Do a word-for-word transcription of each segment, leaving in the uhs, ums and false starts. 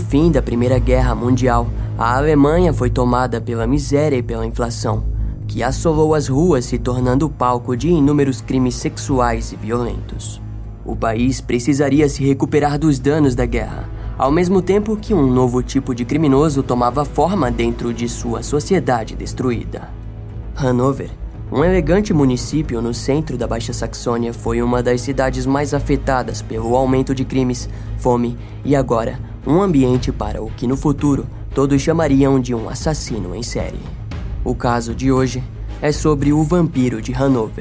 fim da Primeira Guerra Mundial, a Alemanha foi tomada pela miséria e pela inflação, que assolou as ruas, se tornando palco de inúmeros crimes sexuais e violentos. O país precisaria se recuperar dos danos da guerra, ao mesmo tempo que um novo tipo de criminoso tomava forma dentro de sua sociedade destruída. Hannover, um elegante município no centro da Baixa Saxônia, foi uma das cidades mais afetadas pelo aumento de crimes, fome e agora um ambiente para o que no futuro todos chamariam de um assassino em série. O caso de hoje é sobre o vampiro de Hannover.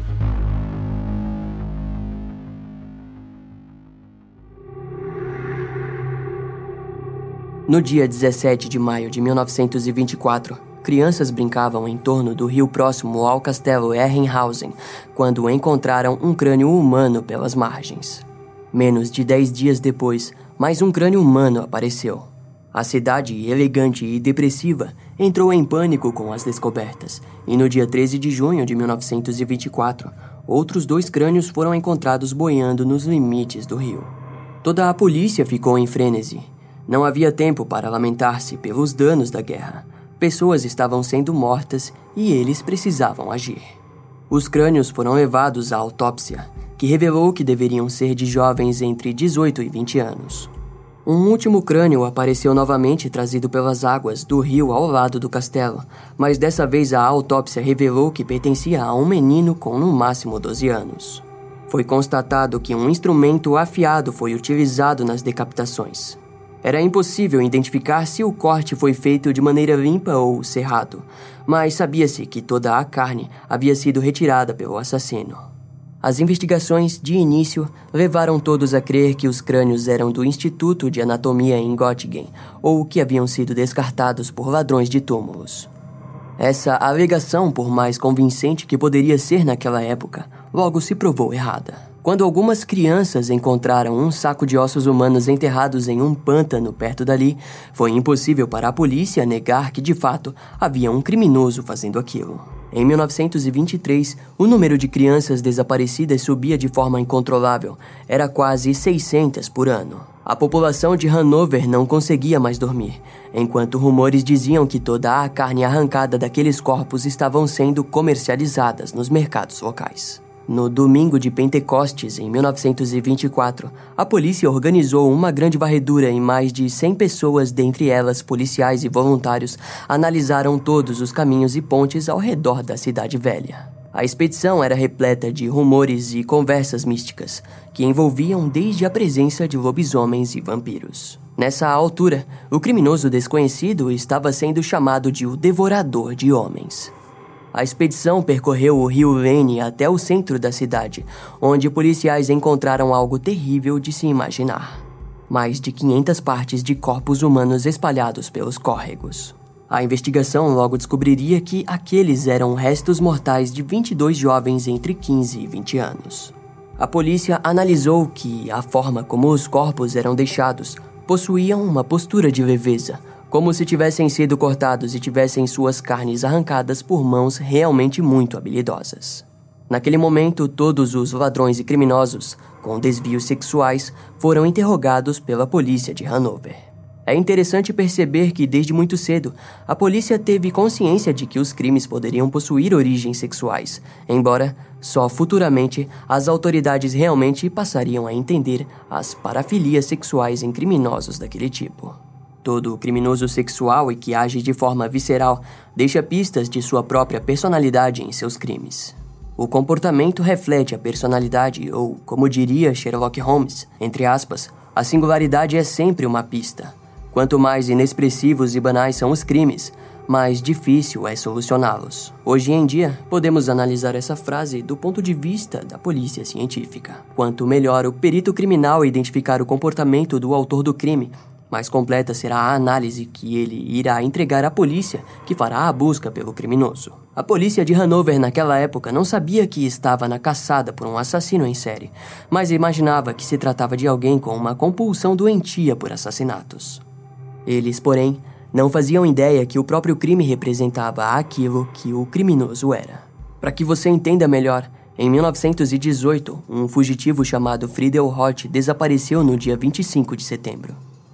No dia dezessete de maio de mil novecentos e vinte e quatro, crianças brincavam em torno do rio próximo ao castelo Herrenhausen quando encontraram um crânio humano pelas margens. Menos de dez dias depois, mais um crânio humano apareceu. A cidade, elegante e depressiva, entrou em pânico com as descobertas, e no dia treze de junho de mil novecentos e vinte e quatro, outros dois crânios foram encontrados boiando nos limites do rio. Toda a polícia ficou em frênese. Não havia tempo para lamentar-se pelos danos da guerra. Pessoas estavam sendo mortas e eles precisavam agir. Os crânios foram levados à autópsia, que revelou que deveriam ser de jovens entre dezoito e vinte anos. Um último crânio apareceu novamente trazido pelas águas do rio ao lado do castelo, mas dessa vez a autópsia revelou que pertencia a um menino com no máximo doze anos. Foi constatado que um instrumento afiado foi utilizado nas decapitações. Era impossível identificar se o corte foi feito de maneira limpa ou cerrado, mas sabia-se que toda a carne havia sido retirada pelo assassino. As investigações, de início, levaram todos a crer que os crânios eram do Instituto de Anatomia em Göttingen ou que haviam sido descartados por ladrões de túmulos. Essa alegação, por mais convincente que poderia ser naquela época, logo se provou errada. Quando algumas crianças encontraram um saco de ossos humanos enterrados em um pântano perto dali, foi impossível para a polícia negar que, de fato, havia um criminoso fazendo aquilo. Em mil novecentos e vinte e três, o número de crianças desaparecidas subia de forma incontrolável. Era quase seiscentas por ano. A população de Hannover não conseguia mais dormir, enquanto rumores diziam que toda a carne arrancada daqueles corpos estavam sendo comercializadas nos mercados locais. No domingo de Pentecostes, em mil novecentos e vinte e quatro, a polícia organizou uma grande varredura e mais de cem pessoas, dentre elas policiais e voluntários, analisaram todos os caminhos e pontes ao redor da cidade velha. A expedição era repleta de rumores e conversas místicas, que envolviam desde a presença de lobisomens e vampiros. Nessa altura, o criminoso desconhecido estava sendo chamado de o Devorador de Homens. A expedição percorreu o rio Lene até o centro da cidade, onde policiais encontraram algo terrível de se imaginar. Mais de quinhentas partes de corpos humanos espalhados pelos córregos. A investigação logo descobriria que aqueles eram restos mortais de vinte e dois jovens entre quinze e vinte anos. A polícia analisou que a forma como os corpos eram deixados possuíam uma postura de leveza, como se tivessem sido cortados e tivessem suas carnes arrancadas por mãos realmente muito habilidosas. Naquele momento, todos os ladrões e criminosos com desvios sexuais foram interrogados pela polícia de Hannover. É interessante perceber que, desde muito cedo, a polícia teve consciência de que os crimes poderiam possuir origens sexuais, embora, só futuramente, as autoridades realmente passariam a entender as parafilias sexuais em criminosos daquele tipo. Todo criminoso sexual e que age de forma visceral deixa pistas de sua própria personalidade em seus crimes. O comportamento reflete a personalidade ou, como diria Sherlock Holmes, entre aspas, a singularidade é sempre uma pista. Quanto mais inexpressivos e banais são os crimes, mais difícil é solucioná-los. Hoje em dia, podemos analisar essa frase do ponto de vista da polícia científica. Quanto melhor o perito criminal identificar o comportamento do autor do crime, mais completa será a análise que ele irá entregar à polícia, que fará a busca pelo criminoso. A polícia de Hannover naquela época não sabia que estava na caçada por um assassino em série, mas imaginava que se tratava de alguém com uma compulsão doentia por assassinatos. Eles, porém, não faziam ideia que o próprio crime representava aquilo que o criminoso era. Para que você entenda melhor, em mil novecentos e dezoito, um fugitivo chamado Friedel Roth desapareceu no dia vinte e cinco de setembro.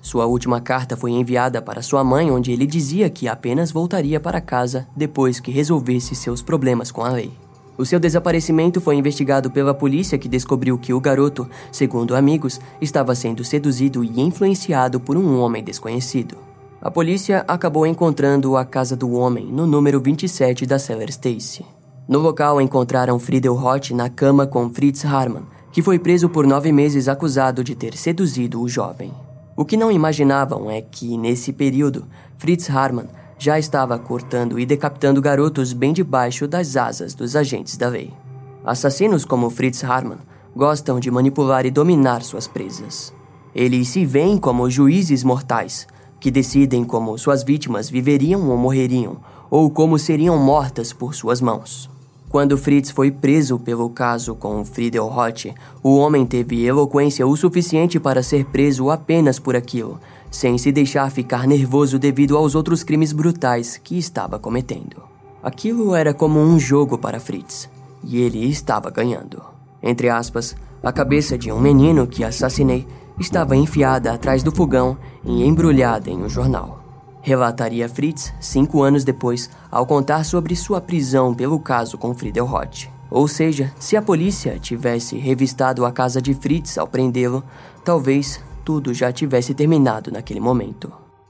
Sua última carta foi enviada para sua mãe, onde ele dizia que apenas voltaria para casa depois que resolvesse seus problemas com a lei. O seu desaparecimento foi investigado pela polícia, que descobriu que o garoto, segundo amigos, estava sendo seduzido e influenciado por um homem desconhecido. A polícia acabou encontrando a casa do homem no número vinte e sete da Cellar Stacy. No local encontraram Friedel Roth na cama com Fritz Harman, que foi preso por nove meses acusado de ter seduzido o jovem. O que não imaginavam é que, nesse período, Fritz Harman já estava cortando e decapitando garotos bem debaixo das asas dos agentes da lei. Assassinos como Fritz Harman gostam de manipular e dominar suas presas. Eles se veem como juízes mortais, que decidem como suas vítimas viveriam ou morreriam, ou como seriam mortas por suas mãos. Quando Fritz foi preso pelo caso com Friedel Roth, o homem teve eloquência o suficiente para ser preso apenas por aquilo, sem se deixar ficar nervoso devido aos outros crimes brutais que estava cometendo. Aquilo era como um jogo para Fritz, e ele estava ganhando. Entre aspas, a cabeça de um menino que assassinei estava enfiada atrás do fogão e embrulhada em um jornal. Relataria Fritz cinco anos depois, ao contar sobre sua prisão pelo caso com Friedel Roth. Ou seja, se a polícia tivesse revistado a casa de Fritz ao prendê-lo, talvez tudo já tivesse terminado naquele momento.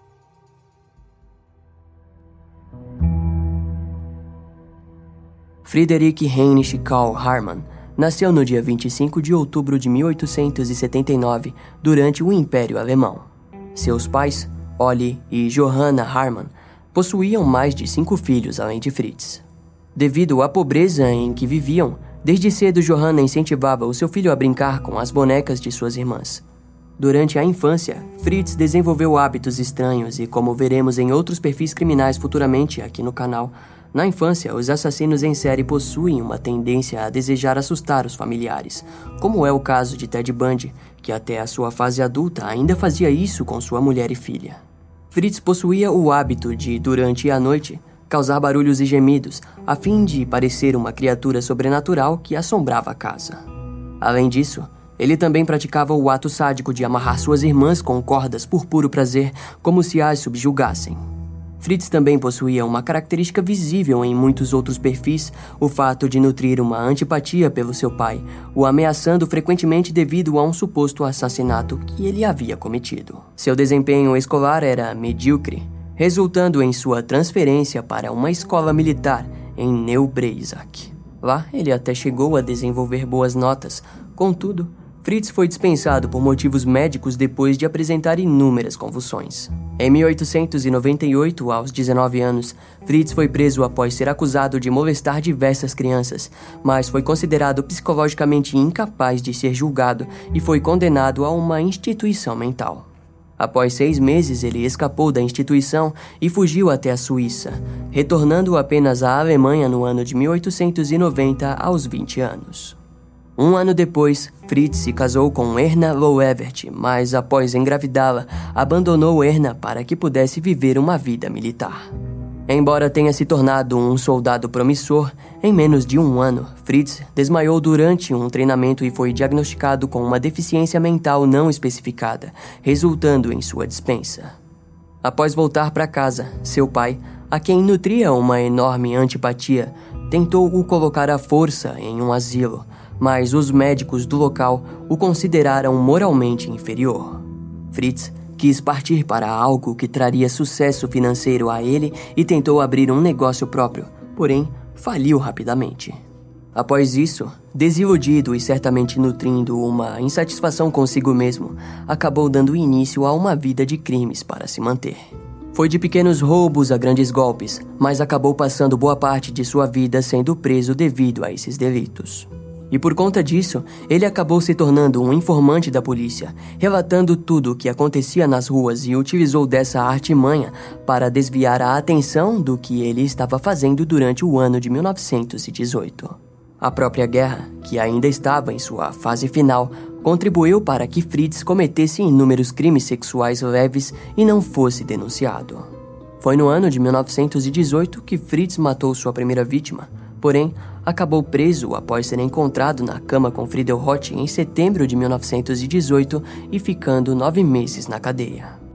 Friedrich Heinrich Karl Harman nasceu no dia vinte e cinco de outubro de mil oitocentos e setenta e nove, durante o Império Alemão. Seus pais, Olli e Johanna Harman, possuíam mais de cinco filhos além de Fritz. Devido à pobreza em que viviam, desde cedo Johanna incentivava o seu filho a brincar com as bonecas de suas irmãs. Durante a infância, Fritz desenvolveu hábitos estranhos e, como veremos em outros perfis criminais futuramente aqui no canal, na infância, os assassinos em série possuem uma tendência a desejar assustar os familiares, como é o caso de Ted Bundy, que até a sua fase adulta ainda fazia isso com sua mulher e filha. Fritz possuía o hábito de, durante a noite, causar barulhos e gemidos, a fim de parecer uma criatura sobrenatural que assombrava a casa. Além disso, ele também praticava o ato sádico de amarrar suas irmãs com cordas por puro prazer, como se as subjugassem. Fritz também possuía uma característica visível em muitos outros perfis, o fato de nutrir uma antipatia pelo seu pai, o ameaçando frequentemente devido a um suposto assassinato que ele havia cometido. Seu desempenho escolar era medíocre, resultando em sua transferência para uma escola militar em Neubreizach. Lá, ele até chegou a desenvolver boas notas, contudo, Fritz foi dispensado por motivos médicos depois de apresentar inúmeras convulsões. Em mil oitocentos e noventa e oito, aos dezenove anos, Fritz foi preso após ser acusado de molestar diversas crianças, mas foi considerado psicologicamente incapaz de ser julgado e foi condenado a uma instituição mental. Após seis meses, ele escapou da instituição e fugiu até a Suíça, retornando apenas à Alemanha no ano de mil oitocentos e noventa, aos vinte anos. Um ano depois, Fritz se casou com Erna Loewert, mas após engravidá-la, abandonou Erna para que pudesse viver uma vida militar. Embora tenha se tornado um soldado promissor, em menos de um ano, Fritz desmaiou durante um treinamento e foi diagnosticado com uma deficiência mental não especificada, resultando em sua dispensa. Após voltar para casa, seu pai, a quem nutria uma enorme antipatia, tentou o colocar à força em um asilo, mas os médicos do local o consideraram moralmente inferior. Fritz quis partir para algo que traria sucesso financeiro a ele e tentou abrir um negócio próprio, porém faliu rapidamente. Após isso, desiludido e certamente nutrindo uma insatisfação consigo mesmo, acabou dando início a uma vida de crimes para se manter. Foi de pequenos roubos a grandes golpes, mas acabou passando boa parte de sua vida sendo preso devido a esses delitos. E por conta disso, ele acabou se tornando um informante da polícia, relatando tudo o que acontecia nas ruas e utilizou dessa artimanha para desviar a atenção do que ele estava fazendo durante o ano de mil novecentos e dezoito. A própria guerra, que ainda estava em sua fase final, contribuiu para que Fritz cometesse inúmeros crimes sexuais leves e não fosse denunciado. Foi no ano de mil novecentos e dezoito que Fritz matou sua primeira vítima, porém, acabou preso após ser encontrado na cama com Friedel Roth em setembro de mil novecentos e dezoito e ficando nove meses na cadeia.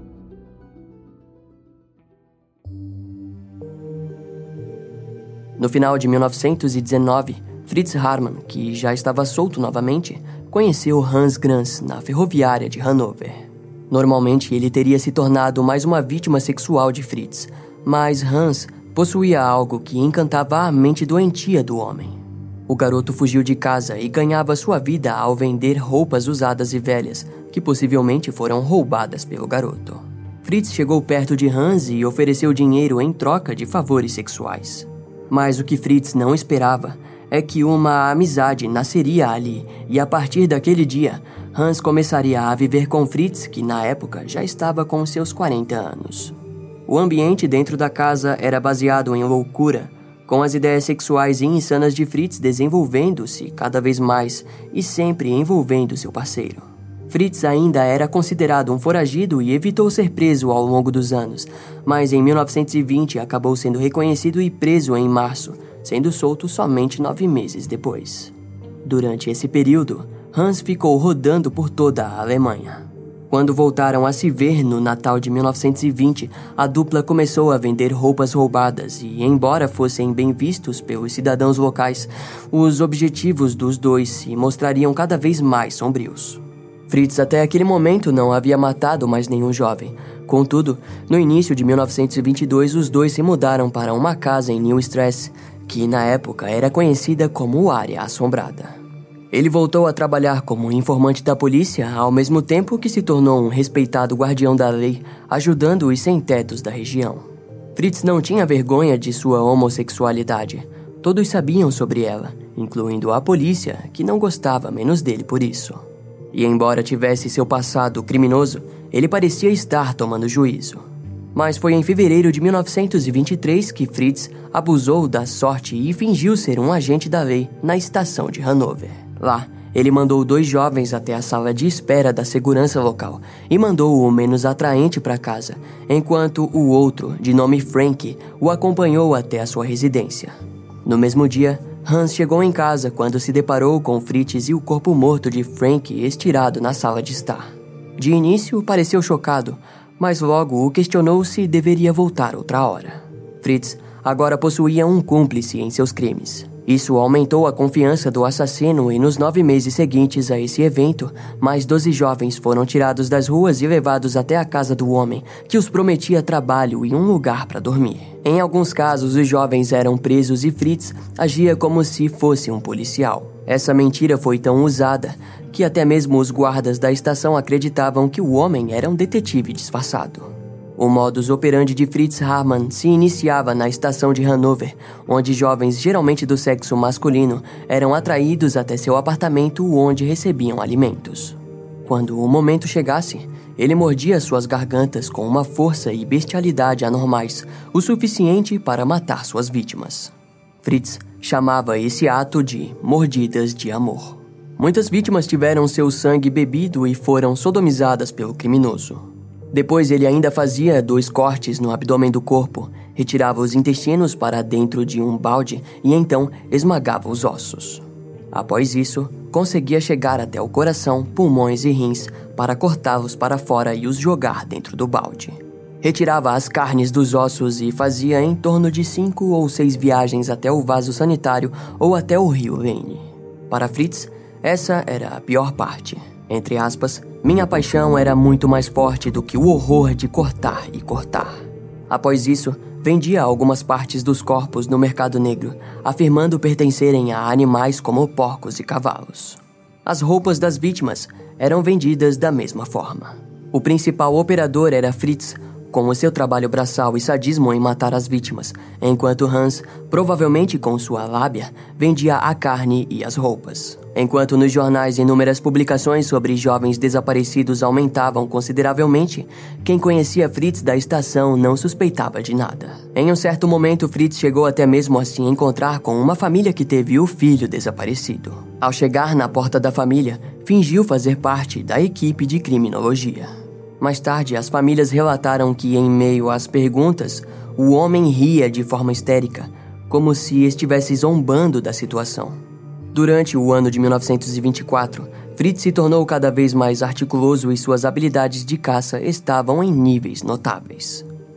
No final de mil novecentos e dezenove, Fritz Haarmann, que já estava solto novamente, conheceu Hans Granz na ferroviária de Hanover. Normalmente, ele teria se tornado mais uma vítima sexual de Fritz, mas Hans possuía algo que encantava a mente doentia do homem. O garoto fugiu de casa e ganhava sua vida ao vender roupas usadas e velhas, que possivelmente foram roubadas pelo garoto. Fritz chegou perto de Hans e ofereceu dinheiro em troca de favores sexuais. Mas o que Fritz não esperava é que uma amizade nasceria ali, e a partir daquele dia, Hans começaria a viver com Fritz, que na época já estava com seus quarenta anos. O ambiente dentro da casa era baseado em loucura, com as ideias sexuais insanas de Fritz desenvolvendo-se cada vez mais e sempre envolvendo seu parceiro. Fritz ainda era considerado um foragido e evitou ser preso ao longo dos anos, mas em mil novecentos e vinte acabou sendo reconhecido e preso em março, sendo solto somente nove meses depois. Durante esse período, Hans ficou rodando por toda a Alemanha. Quando voltaram a se ver no Natal de mil novecentos e vinte, a dupla começou a vender roupas roubadas e, embora fossem bem vistos pelos cidadãos locais, os objetivos dos dois se mostrariam cada vez mais sombrios. Fritz até aquele momento não havia matado mais nenhum jovem. Contudo, no início de mil novecentos e vinte e dois, os dois se mudaram para uma casa em New Stress, que na época era conhecida como Área Assombrada. Ele voltou a trabalhar como informante da polícia, ao mesmo tempo que se tornou um respeitado guardião da lei, ajudando os sem-tetos da região. Fritz não tinha vergonha de sua homossexualidade. Todos sabiam sobre ela, incluindo a polícia, que não gostava menos dele por isso. E embora tivesse seu passado criminoso, ele parecia estar tomando juízo. Mas foi em fevereiro de mil novecentos e vinte e três que Fritz abusou da sorte e fingiu ser um agente da lei na estação de Hanover. Lá, ele mandou dois jovens até a sala de espera da segurança local e mandou o menos atraente para casa, enquanto o outro, de nome Frank, o acompanhou até a sua residência. No mesmo dia, Hans chegou em casa quando se deparou com Fritz e o corpo morto de Frank estirado na sala de estar. De início, pareceu chocado, mas logo o questionou se deveria voltar outra hora. Fritz agora possuía um cúmplice em seus crimes. Isso aumentou a confiança do assassino e nos nove meses seguintes a esse evento, mais doze jovens foram tirados das ruas e levados até a casa do homem, que os prometia trabalho e um lugar para dormir. Em alguns casos, os jovens eram presos e Fritz agia como se fosse um policial. Essa mentira foi tão usada que até mesmo os guardas da estação acreditavam que o homem era um detetive disfarçado. O modus operandi de Fritz Haarmann se iniciava na estação de Hanover, onde jovens geralmente do sexo masculino eram atraídos até seu apartamento onde recebiam alimentos. Quando o momento chegasse, ele mordia suas gargantas com uma força e bestialidade anormais, o suficiente para matar suas vítimas. Fritz chamava esse ato de mordidas de amor. Muitas vítimas tiveram seu sangue bebido e foram sodomizadas pelo criminoso. Depois ele ainda fazia dois cortes no abdômen do corpo, retirava os intestinos para dentro de um balde e então esmagava os ossos. Após isso, conseguia chegar até o coração, pulmões e rins para cortá-los para fora e os jogar dentro do balde. Retirava as carnes dos ossos e fazia em torno de cinco ou seis viagens até o vaso sanitário ou até o rio Lane. Para Fritz, essa era a pior parte. Entre aspas, minha paixão era muito mais forte do que o horror de cortar e cortar. Após isso, vendia algumas partes dos corpos no mercado negro, afirmando pertencerem a animais como porcos e cavalos. As roupas das vítimas eram vendidas da mesma forma. O principal operador era Fritz, com o seu trabalho braçal e sadismo em matar as vítimas, enquanto Hans, provavelmente com sua lábia, vendia a carne e as roupas. Enquanto nos jornais inúmeras publicações sobre jovens desaparecidos aumentavam consideravelmente, quem conhecia Fritz da estação não suspeitava de nada. Em um certo momento, Fritz chegou até mesmo a se encontrar com uma família que teve o filho desaparecido. Ao chegar na porta da família, fingiu fazer parte da equipe de criminologia. Mais tarde, as famílias relataram que, em meio às perguntas, o homem ria de forma histérica, como se estivesse zombando da situação. Durante o ano de mil novecentos e vinte e quatro, Fritz se tornou cada vez mais articuloso e suas habilidades de caça estavam em níveis notáveis.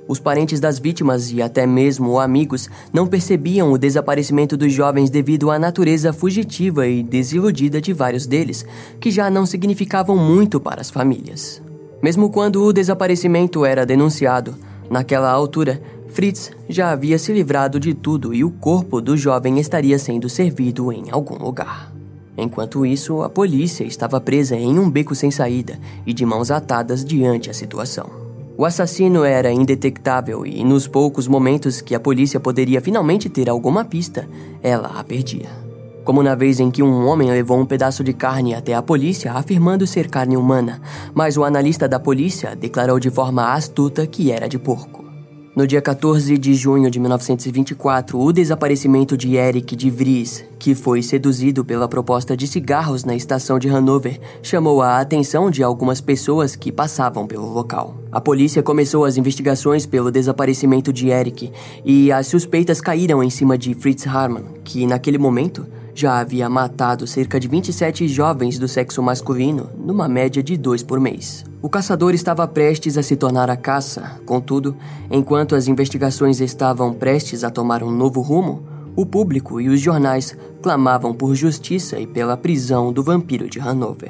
Os parentes das vítimas e até mesmo amigos não percebiam o desaparecimento dos jovens devido à natureza fugitiva e desiludida de vários deles, que já não significavam muito para as famílias. Mesmo quando o desaparecimento era denunciado, naquela altura, Fritz já havia se livrado de tudo e o corpo do jovem estaria sendo servido em algum lugar. Enquanto isso, a polícia estava presa em um beco sem saída e de mãos atadas diante a situação. O assassino era indetectável e, nos poucos momentos que a polícia poderia finalmente ter alguma pista, ela a perdia. Como na vez em que um homem levou um pedaço de carne até a polícia afirmando ser carne humana, mas o analista da polícia declarou de forma astuta que era de porco. No dia quatorze de junho de mil novecentos e vinte e quatro, o desaparecimento de Eric de Vries, que foi seduzido pela proposta de cigarros na estação de Hanover, chamou a atenção de algumas pessoas que passavam pelo local. A polícia começou as investigações pelo desaparecimento de Eric e as suspeitas caíram em cima de Fritz Hartmann, que naquele momento já havia matado cerca de vinte e sete jovens do sexo masculino, numa média de dois por mês. O caçador estava prestes a se tornar a caça, contudo, enquanto as investigações estavam prestes a tomar um novo rumo, o público e os jornais clamavam por justiça e pela prisão do vampiro de Hanover.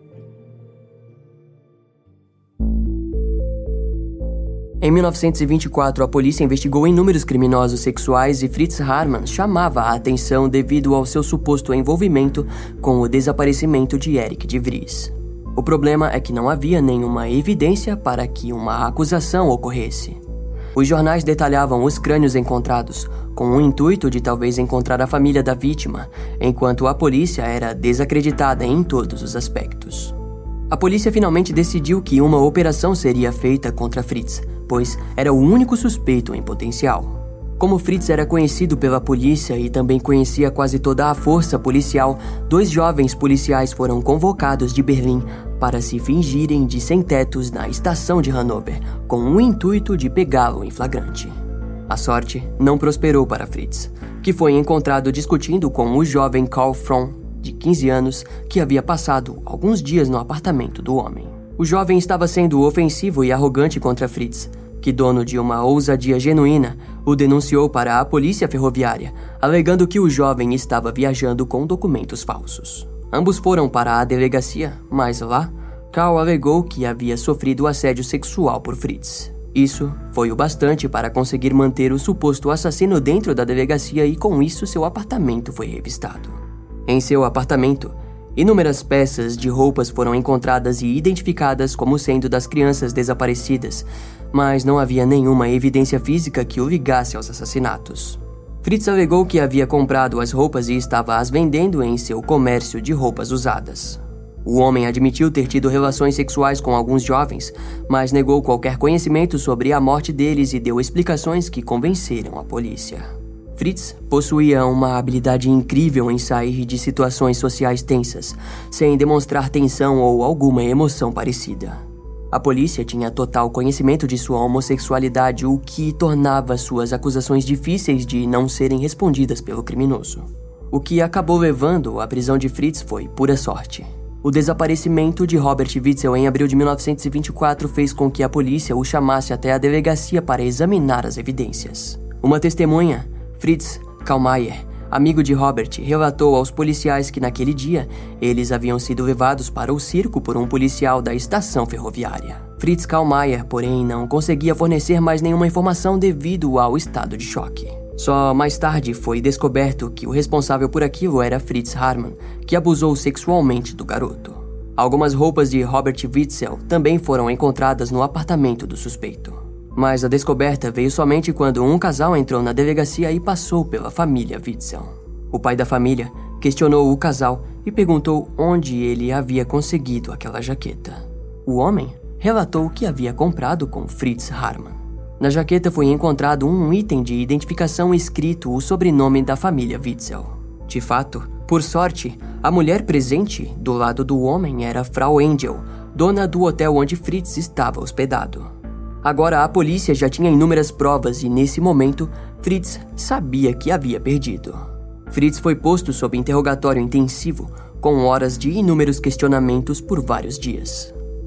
Em mil novecentos e vinte e quatro, a polícia investigou inúmeros criminosos sexuais e Fritz Hartmann chamava a atenção devido ao seu suposto envolvimento com o desaparecimento de Eric de Vries. O problema é que não havia nenhuma evidência para que uma acusação ocorresse. Os jornais detalhavam os crânios encontrados, com o intuito de talvez encontrar a família da vítima, enquanto a polícia era desacreditada em todos os aspectos. A polícia finalmente decidiu que uma operação seria feita contra Fritz, pois era o único suspeito em potencial. Como Fritz era conhecido pela polícia e também conhecia quase toda a força policial, dois jovens policiais foram convocados de Berlim para se fingirem de sem-tetos na estação de Hanover, com o intuito de pegá-lo em flagrante. A sorte não prosperou para Fritz, que foi encontrado discutindo com o jovem Carl Fromm, de quinze anos, que havia passado alguns dias no apartamento do homem. O jovem estava sendo ofensivo e arrogante contra Fritz, que, dono de uma ousadia genuína, o denunciou para a polícia ferroviária, alegando que o jovem estava viajando com documentos falsos. Ambos foram para a delegacia, mas lá, Carl alegou que havia sofrido assédio sexual por Fritz. Isso foi o bastante para conseguir manter o suposto assassino dentro da delegacia e, com isso, seu apartamento foi revistado. Em seu apartamento, inúmeras peças de roupas foram encontradas e identificadas como sendo das crianças desaparecidas, mas não havia nenhuma evidência física que o ligasse aos assassinatos. Fritz alegou que havia comprado as roupas e estava as vendendo em seu comércio de roupas usadas. O homem admitiu ter tido relações sexuais com alguns jovens, mas negou qualquer conhecimento sobre a morte deles e deu explicações que convenceram a polícia. Fritz possuía uma habilidade incrível em sair de situações sociais tensas, sem demonstrar tensão ou alguma emoção parecida. A polícia tinha total conhecimento de sua homossexualidade, o que tornava suas acusações difíceis de não serem respondidas pelo criminoso. O que acabou levando à prisão de Fritz foi pura sorte. O desaparecimento de Robert Witzel em abril de mil novecentos e vinte e quatro fez com que a polícia o chamasse até a delegacia para examinar as evidências. Uma testemunha, Fritz Kallmayer, amigo de Robert, relatou aos policiais que naquele dia eles haviam sido levados para o circo por um policial da estação ferroviária. Fritz Kallmayer, porém, não conseguia fornecer mais nenhuma informação devido ao estado de choque. Só mais tarde foi descoberto que o responsável por aquilo era Fritz Hartmann, que abusou sexualmente do garoto. Algumas roupas de Robert Witzel também foram encontradas no apartamento do suspeito. Mas a descoberta veio somente quando um casal entrou na delegacia e passou pela família Witzel. O pai da família questionou o casal e perguntou onde ele havia conseguido aquela jaqueta. O homem relatou que havia comprado com Fritz Hartmann. Na jaqueta foi encontrado um item de identificação escrito o sobrenome da família Witzel. De fato, por sorte, a mulher presente do lado do homem era Frau Angel, dona do hotel onde Fritz estava hospedado. Agora a polícia já tinha inúmeras provas e, nesse momento, Fritz sabia que havia perdido. Fritz foi posto sob interrogatório intensivo, com horas de inúmeros questionamentos por vários dias.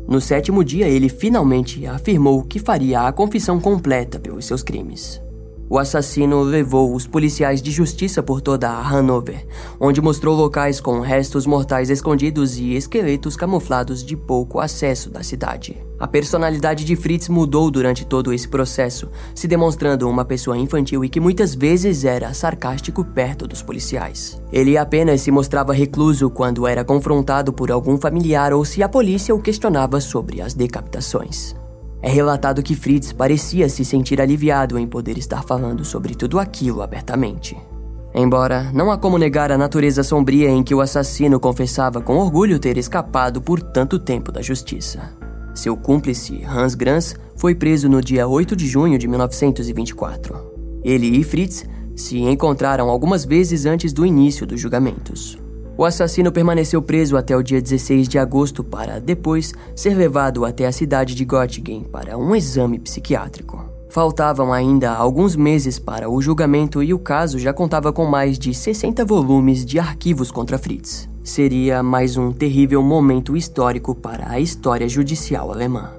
No sétimo dia, ele finalmente afirmou que faria a confissão completa pelos seus crimes. O assassino levou os policiais de justiça por toda a Hanover, onde mostrou locais com restos mortais escondidos e esqueletos camuflados de pouco acesso da cidade. A personalidade de Fritz mudou durante todo esse processo, se demonstrando uma pessoa infantil e que muitas vezes era sarcástico perto dos policiais. Ele apenas se mostrava recluso quando era confrontado por algum familiar ou se a polícia o questionava sobre as decapitações. É relatado que Fritz parecia se sentir aliviado em poder estar falando sobre tudo aquilo abertamente. Embora não há como negar a natureza sombria em que o assassino confessava com orgulho ter escapado por tanto tempo da justiça. Seu cúmplice, Hans Grans, foi preso no dia oito de junho de mil novecentos e vinte e quatro. Ele e Fritz se encontraram algumas vezes antes do início dos julgamentos. O assassino permaneceu preso até o dia dezesseis de agosto para, depois, ser levado até a cidade de Göttingen para um exame psiquiátrico. Faltavam ainda alguns meses para o julgamento e o caso já contava com mais de sessenta volumes de arquivos contra Fritz. Seria mais um terrível momento histórico para a história judicial alemã.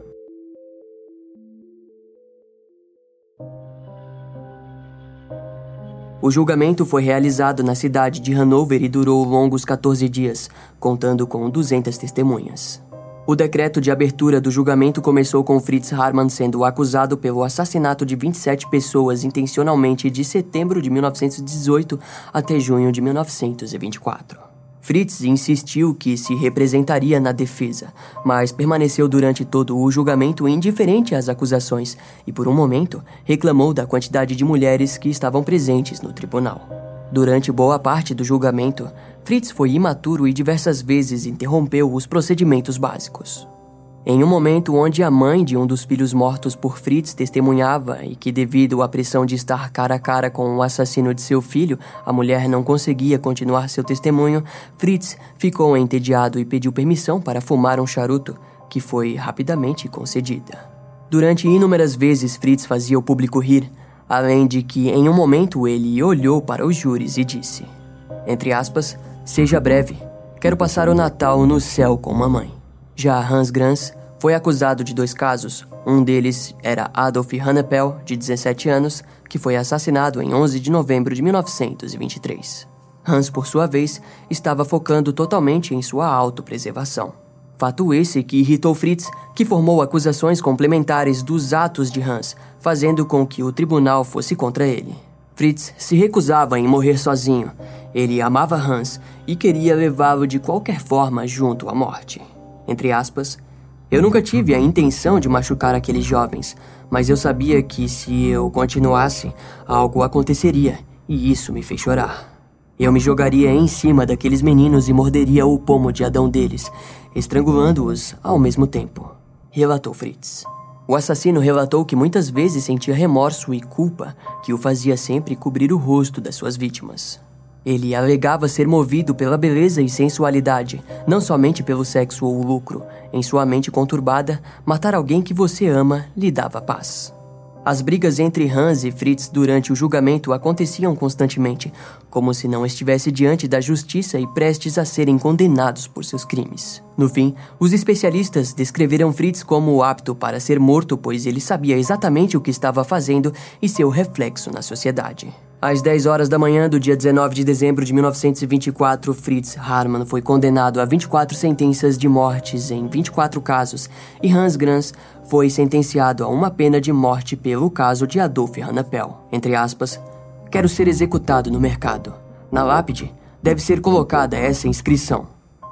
O julgamento foi realizado na cidade de Hanover e durou longos quatorze dias, contando com duzentas testemunhas. O decreto de abertura do julgamento começou com Fritz Haarmann sendo acusado pelo assassinato de vinte e sete pessoas intencionalmente de setembro de mil novecentos e dezoito até junho de mil novecentos e vinte e quatro. Fritz insistiu que se representaria na defesa, mas permaneceu durante todo o julgamento indiferente às acusações e, por um momento, reclamou da quantidade de mulheres que estavam presentes no tribunal. Durante boa parte do julgamento, Fritz foi imaturo e diversas vezes interrompeu os procedimentos básicos. Em um momento onde a mãe de um dos filhos mortos por Fritz testemunhava e que, devido à pressão de estar cara a cara com o assassino de seu filho, a mulher não conseguia continuar seu testemunho, Fritz ficou entediado e pediu permissão para fumar um charuto, que foi rapidamente concedida. Durante inúmeras vezes, Fritz fazia o público rir, além de que, em um momento, ele olhou para os júris e disse, entre aspas, seja breve, quero passar o Natal no céu com mamãe. Já Hans Grans foi acusado de dois casos. Um deles era Adolf Hannepel, de dezessete anos, que foi assassinado em onze de novembro de mil novecentos e vinte e três. Hans, por sua vez, estava focando totalmente em sua autopreservação. Fato esse que irritou Fritz, que formou acusações complementares dos atos de Hans, fazendo com que o tribunal fosse contra ele. Fritz se recusava em morrer sozinho. Ele amava Hans e queria levá-lo de qualquer forma junto à morte. Entre aspas, eu nunca tive a intenção de machucar aqueles jovens, mas eu sabia que se eu continuasse, algo aconteceria, e isso me fez chorar. Eu me jogaria em cima daqueles meninos e morderia o pomo de Adão deles, estrangulando-os ao mesmo tempo, relatou Fritz. O assassino relatou que muitas vezes sentia remorso e culpa, que o fazia sempre cobrir o rosto das suas vítimas. Ele alegava ser movido pela beleza e sensualidade, não somente pelo sexo ou o lucro. Em sua mente conturbada, matar alguém que você ama lhe dava paz. As brigas entre Hans e Fritz durante o julgamento aconteciam constantemente, como se não estivesse diante da justiça e prestes a serem condenados por seus crimes. No fim, os especialistas descreveram Fritz como apto para ser morto, pois ele sabia exatamente o que estava fazendo e seu reflexo na sociedade. Às dez horas da manhã do dia dezenove de dezembro de mil novecentos e vinte e quatro, Fritz Haarmann foi condenado a vinte e quatro sentenças de mortes em vinte e quatro casos e Hans Grans foi sentenciado a uma pena de morte pelo caso de Adolf Hannepel. Entre aspas, quero ser executado no mercado. Na lápide deve ser colocada essa inscrição.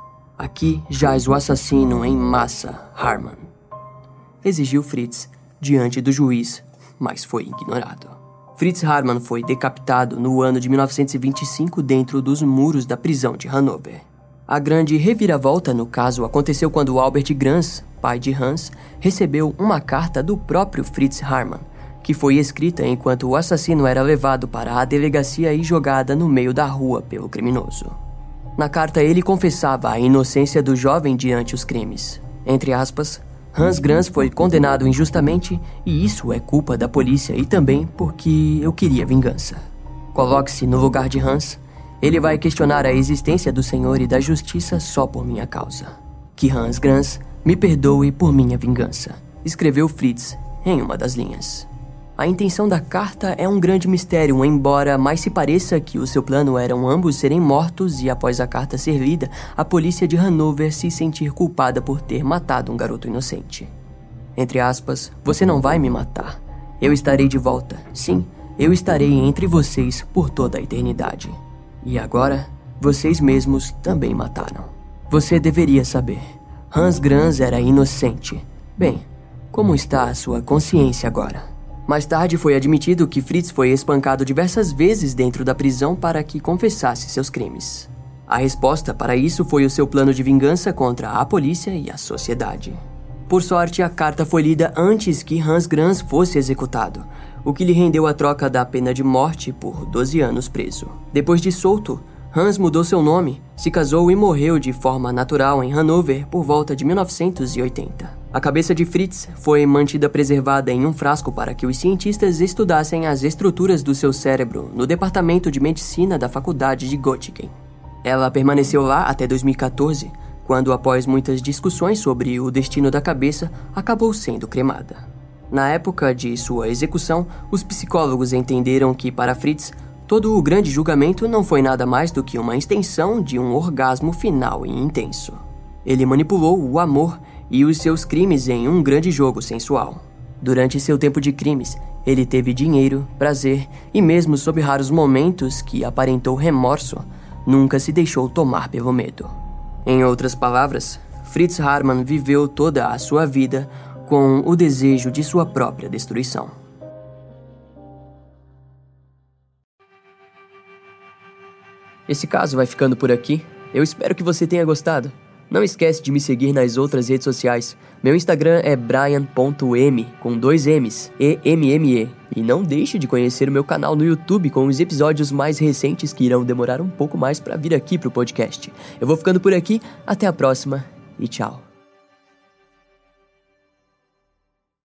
Aqui jaz o assassino em massa, Haarmann. Exigiu Fritz diante do juiz, mas foi ignorado. Fritz Haarmann foi decapitado no ano de mil novecentos e vinte e cinco dentro dos muros da prisão de Hanover. A grande reviravolta no caso aconteceu quando Albert Grans, pai de Hans, recebeu uma carta do próprio Fritz Haarmann, que foi escrita enquanto o assassino era levado para a delegacia e jogada no meio da rua pelo criminoso. Na carta ele confessava a inocência do jovem diante os crimes. Entre aspas, Hans Grans foi condenado injustamente e isso é culpa da polícia e também porque eu queria vingança. Coloque-se no lugar de Hans. Ele vai questionar a existência do Senhor e da justiça só por minha causa. Que Hans Grans Me perdoe por minha vingança, escreveu Fritz em uma das linhas. A intenção da carta é um grande mistério, embora mais se pareça que o seu plano eram ambos serem mortos e, após a carta ser lida, a polícia de Hanover se sentir culpada por ter matado um garoto inocente. Entre aspas, você não vai me matar. Eu estarei de volta. Sim, eu estarei entre vocês por toda a eternidade. E agora, vocês mesmos também mataram. Você deveria saber. Hans Granz era inocente. Bem, como está a sua consciência agora? Mais tarde foi admitido que Fritz foi espancado diversas vezes dentro da prisão para que confessasse seus crimes. A resposta para isso foi o seu plano de vingança contra a polícia e a sociedade. Por sorte, a carta foi lida antes que Hans Granz fosse executado, o que lhe rendeu a troca da pena de morte por doze anos preso. Depois de solto, Hans mudou seu nome, se casou e morreu de forma natural em Hanover por volta de mil novecentos e oitenta. A cabeça de Fritz foi mantida preservada em um frasco para que os cientistas estudassem as estruturas do seu cérebro no departamento de medicina da faculdade de Göttingen. Ela permaneceu lá até dois mil e quatorze, quando, após muitas discussões sobre o destino da cabeça, acabou sendo cremada. Na época de sua execução, os psicólogos entenderam que, para Fritz, todo o grande julgamento não foi nada mais do que uma extensão de um orgasmo final e intenso. Ele manipulou o amor e os seus crimes em um grande jogo sensual. Durante seu tempo de crimes, ele teve dinheiro, prazer e mesmo sob raros momentos que aparentou remorso, nunca se deixou tomar pelo medo. Em outras palavras, Fritz Haarmann viveu toda a sua vida com o desejo de sua própria destruição. Esse caso vai ficando por aqui. Eu espero que você tenha gostado. Não esquece de me seguir nas outras redes sociais. Meu Instagram é brian ponto m, com dois M's, E M M E. E não deixe de conhecer o meu canal no YouTube com os episódios mais recentes que irão demorar um pouco mais para vir aqui pro podcast. Eu vou ficando por aqui, até a próxima e tchau.